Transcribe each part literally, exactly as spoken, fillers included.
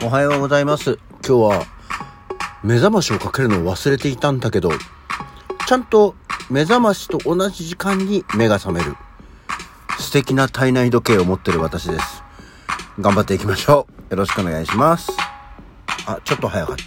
おはようございます。今日は目覚ましをかけるのを忘れていたんだけど、ちゃんと目覚ましと同じ時間に目が覚める素敵な体内時計を持ってる私です。頑張っていきましょう。よろしくお願いします。あ、ちょっと早かった。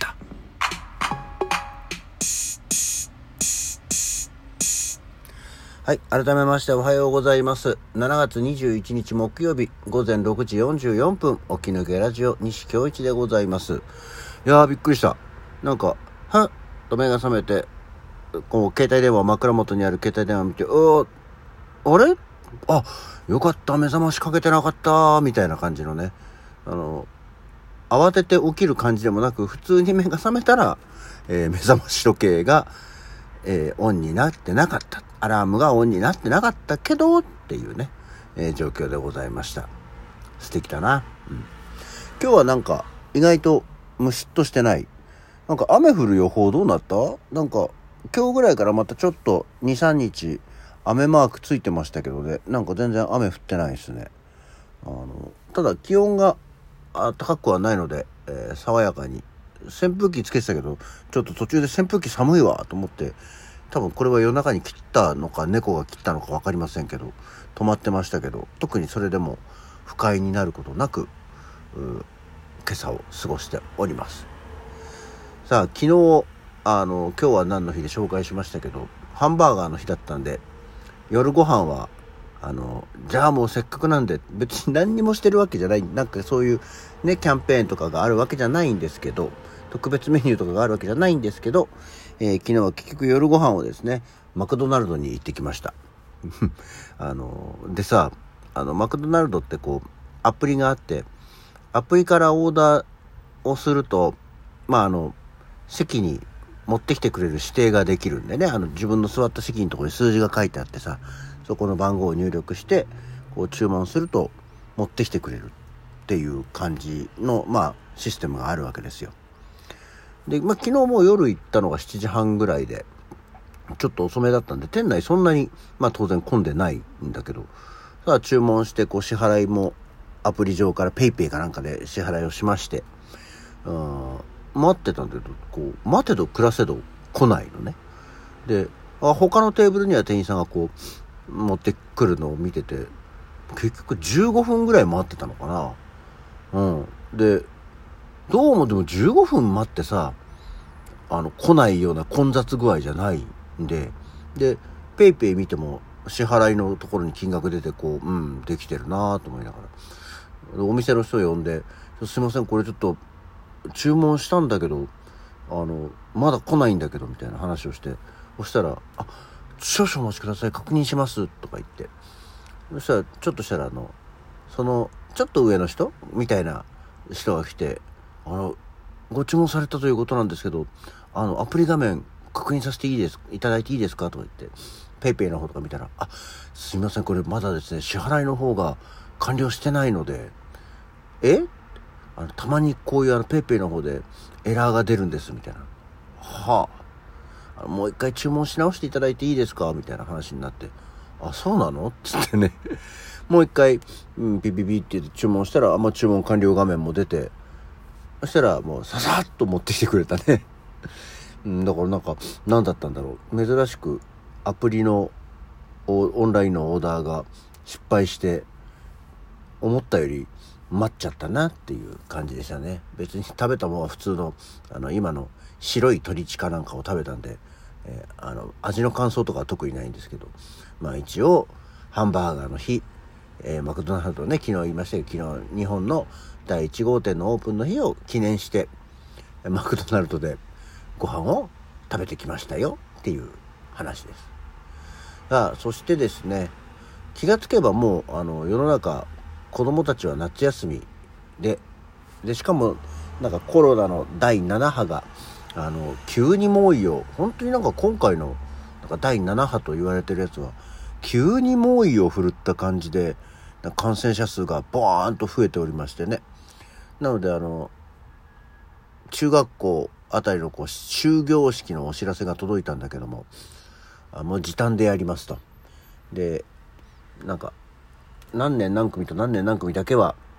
はい、改めましておはようございます。しちがつにじゅういちにち木曜日午前ろくじよんじゅうよんぷん、起き抜けラジオ西京一でございます。いやー、びっくりした。なんかはっと目が覚めて、こう携帯電話、枕元にある携帯電話見て、おーあれあよかった、目覚ましかけてなかったみたいな感じのね、あの慌てて起きる感じでもなく、普通に目が覚めたら、えー、目覚まし時計が、えー、オンになってなかった、アラームがオンになってなかったけどっていうね、えー、状況でございました。素敵だな、うん、今日はなんか意外とムシッとしてない。なんか雨降る予報どうなった？なんか今日ぐらいからまたちょっと にさんにち雨マークついてましたけどね、なんか全然雨降ってないですね。あのただ気温が高くはないので、えー、爽やかに扇風機つけてたけど、ちょっと途中で扇風機寒いわと思って、多分これは夜中に切ったのか猫が切ったのか分かりませんけど止まってましたけど、特にそれでも不快になることなく今朝を過ごしております。さあ、昨日あの今日は何の日で紹介しましたけど、ハンバーガーの日だったんで、夜ご飯はあのじゃあもうせっかくなんで、別に何にもしてるわけじゃない、なんかそういうねキャンペーンとかがあるわけじゃないんですけど、特別メニューとかがあるわけじゃないんですけど、えー、昨日は結局夜ご飯をですね、マクドナルドに行ってきましたあのでさ、あのマクドナルドってこうアプリがあって、アプリからオーダーをすると、まああの席に持ってきてくれる指定ができるんでね、あの自分の座った席のところに数字が書いてあってさ、そこの番号を入力してこう注文すると持ってきてくれるっていう感じの、まあシステムがあるわけですよ。で、まあ、昨日もう夜行ったのがしちじはんぐらいで、ちょっと遅めだったんで店内そんなにまあ当然混んでないんだけど、さあ注文してこう支払いもアプリ上からペイペイかなんかで支払いをしまして、うん、待ってたんだけど、こう待てど暮らせど来ないのね。で、あ他のテーブルには店員さんがこう持ってくるのを見てて、結局じゅうごふんぐらい待ってたのかな。うんで、どうもでもじゅうごふん待ってさ、あの来ないような混雑具合じゃないんで、でペイペイ見ても支払いのところに金額出て、こううんできてるなと思いながら、お店の人を呼んで、すいませんこれちょっと注文したんだけど、あのまだ来ないんだけどみたいな話をして、そしたらあ少々お待ちください、確認しますとか言って、そしたらちょっとしたらあのそのちょっと上の人みたいな人が来て、あのご注文されたということなんですけど、あのアプリ画面確認させていいですいただいていいですかとか言って、ペイペイの方とか見たら、あすいませんこれまだですね支払いの方が完了してないので、えあのたまにこういうあのペイペイの方でエラーが出るんですみたいな、はあ、あのもう一回注文し直していただいていいですかみたいな話になって、あそうなのっつってねもう一回、うん、ピピピって注文したら、あ、まあ、注文完了画面も出て、そしたらもうささっと持ってきてくれたねうん、だからなんか何だったんだろう、珍しくアプリのオンラインのオーダーが失敗して思ったより待っちゃったなっていう感じでしたね。別に食べたものは普通のあの今の白い鶏チカなんかを食べたんで、えー、あの味の感想とかは特にないんですけど、まあ一応ハンバーガーの日、えー、マクドナルドね、昨日言いましたけど、昨日日本のだいいち号店のオープンの日を記念してマクドナルドでご飯を食べてきましたよっていう話です。あ、そしてですね、気がつけばもうあの世の中子供たちは夏休みで、でしかもなんかコロナのだいななはがあの急に猛威を、本当になんか今回のなんかだいななはと言われてるやつは急に猛威を振るった感じで、感染者数がバーンと増えておりましてね。なのであの中学校あたりのこう終業式のお知らせが届いたんだけども、あもう時短でやりますと。でなんか何年何組と何年何組だけは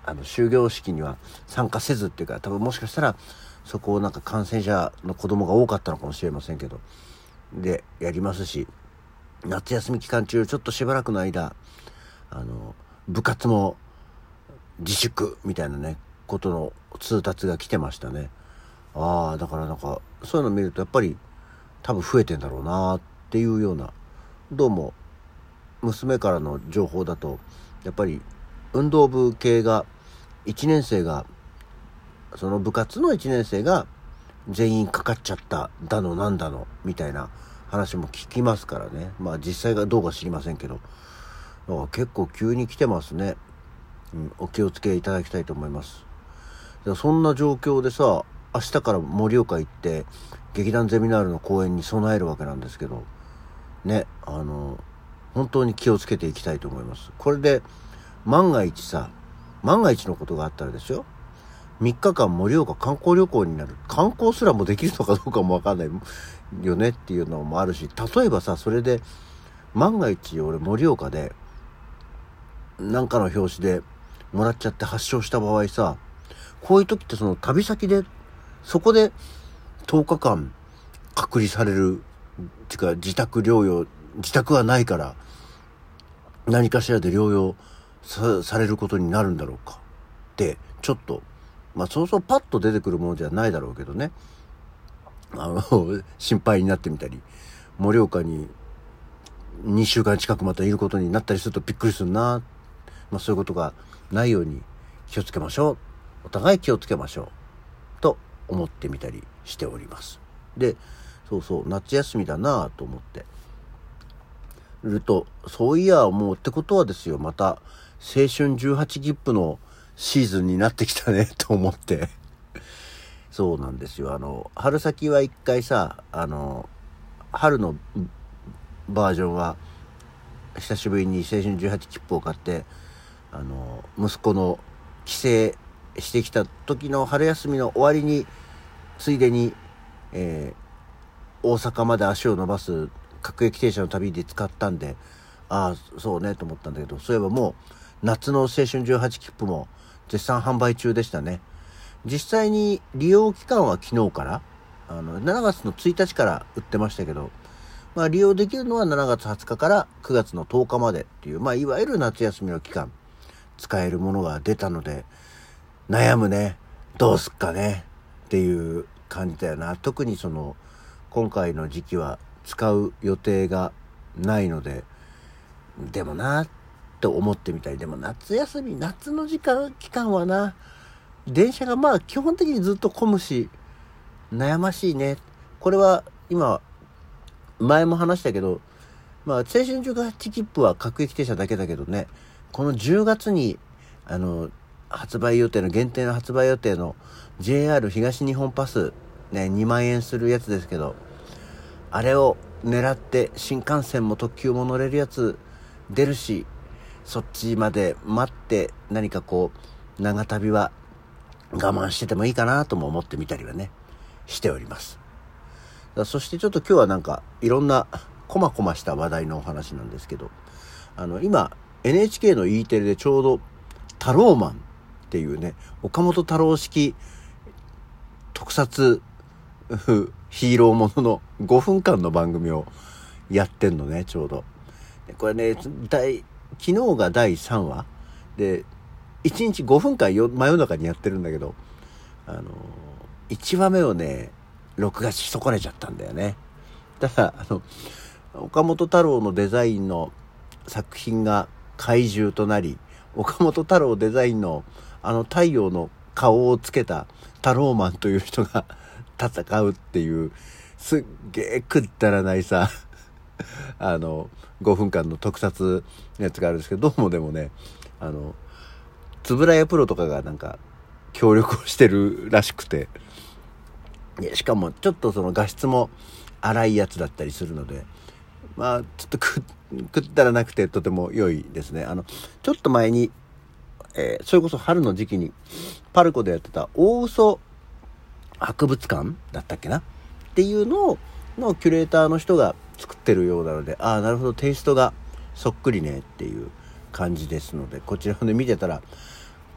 あの終業式には参加せずっていうか、多分もしかしたらそこをなんか感染者の子供が多かったのかもしれませんけど、でやりますし、夏休み期間中ちょっとしばらくの間あの部活も自粛みたいなねことの通達が来てましたね。ああ、だからなんかそういうの見るとやっぱり多分増えてんだろうなっていうような、どうも娘からの情報だとやっぱり運動部系がいちねん生がその部活のいちねん生が全員かかっちゃっただのなんだのみたいな話も聞きますからね。まあ実際がどうか知りませんけど、だから結構急に来てますね。うん、お気をつけいただきたいと思います。そんな状況でさ、明日から盛岡行って劇団ゼミナールの公演に備えるわけなんですけどね、あの本当に気をつけていきたいと思います。これで万が一さ万が一のことがあったらですよ、みっかかん盛岡観光旅行になる、観光すらもできるのかどうかもわかんないよねっていうのもあるし、例えばさ、それで万が一俺盛岡でなんかの表紙でもらっちゃって発症した場合さ、こういう時ってその旅先でそこでとおかかん隔離されるっていうか、自宅療養、自宅はないから何かしらで療養 さ, されることになるんだろうかってちょっと、まあそうそうパッと出てくるものじゃないだろうけどね、あの心配になってみたり、盛岡ににしゅうかん近くまたいることになったりするとびっくりするな。まあそういうことがないように気をつけましょう、お互い気をつけましょうと思ってみたりしております。で、そうそう夏休みだなと思ってると、そういやもうってことはですよ、また青春じゅうはち切符のシーズンになってきたねと思ってそうなんですよ。あの春先は一回さ、あの春のバージョンは久しぶりに青春じゅうはち切符を買って、あの息子の帰省してきた時の春休みの終わりについでに、えー、大阪まで足を伸ばす各駅停車の旅で使ったんで、ああそうねと思ったんだけど、そういえばもう夏の青春じゅうはち切符も絶賛販売中でしたね。実際に利用期間は昨日からあのしちがつのついたちから売ってましたけど、まあ利用できるのはしちがつはつかからくがつのとおかまでっていう、まあいわゆる夏休みの期間使えるものが出たので、悩むね、どうすっかねっていう感じだよな。特にその今回の時期は使う予定がないので、でもなと思ってみたり、でも夏休み夏の時間期間はな、電車がまあ基本的にずっと混むし悩ましいね。これは今前も話したけど、まあ青春じゅうはち切符は各駅停車だけだけどね、このじゅうがつにあの発売予定の限定の発売予定の ジェイアール 東日本パスね、にまんえんするやつですけど、あれを狙って新幹線も特急も乗れるやつ出るし、そっちまで待って何かこう長旅は我慢しててもいいかなとも思ってみたりはねしております。そしてちょっと今日はなんかいろんなコマコマした話題のお話なんですけど、あの今 エヌエイチケー の E テレでちょうどタローマンっていうね、岡本太郎式特撮ヒーローもののごふんかんの番組をやってんのね、ちょうど。でこれね、第昨日がだいさんわでいちにちごふんかんよ真夜中にやってるんだけど、あのー、いちわめをね録画し損ねちゃったんだよね。ただあの岡本太郎のデザインの作品が怪獣となり、岡本太郎デザインのあの太陽の顔をつけたタローマンという人が戦うっていうすっげえくだらないさあのごふんかんの特撮のやつがあるんですけど、どうもでもね、あのつぶらやプロとかがなんか協力をしてるらしくて、しかもちょっとその画質も荒いやつだったりするので、まあちょっとくくったらなくてとても良いですね。あのちょっと前に、えー、それこそ春の時期にパルコでやってた大嘘博物館だったっけなっていうのをのキュレーターの人が作ってるようなので、ああなるほどテイストがそっくりねっていう感じですので、こちらで見てたら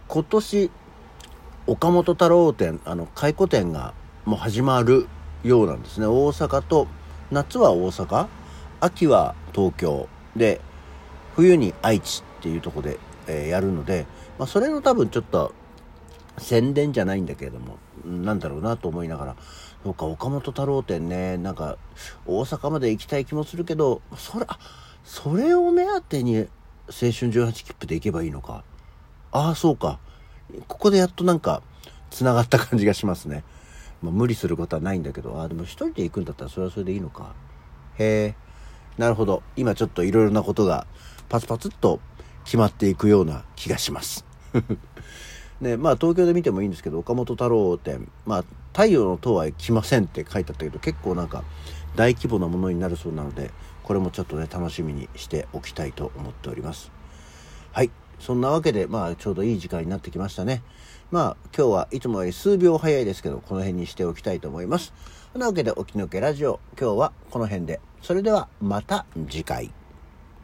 今年岡本太郎展、あの回顧展がもう始まるようなんですね。大阪と、夏は大阪、秋は東京で、冬に愛知っていうところで、えー、やるので、まあ、それの多分ちょっと宣伝じゃないんだけれども、なんだろうなと思いながら、そうか、岡本太郎展ね、なんか大阪まで行きたい気もするけど、それあそれを目当てに青春じゅうはち切符で行けばいいのか。ああ、そうか、ここでやっとなんかつながった感じがしますね。まあ、無理することはないんだけど、あでも一人で行くんだったらそれはそれでいいのか。へえ、なるほど。今ちょっといろいろなことがパツパツっと決まっていくような気がしますね。まあ東京で見てもいいんですけど、岡本太郎展、まあ太陽の塔は来ませんって書いてあったけど、結構なんか大規模なものになるそうなので、これもちょっとね楽しみにしておきたいと思っております。はい、そんなわけで、まあちょうどいい時間になってきましたね。まあ今日はいつもより数秒早いですけど、この辺にしておきたいと思います。そんなわけで、起き抜けラジオ、今日はこの辺で。それではまた次回。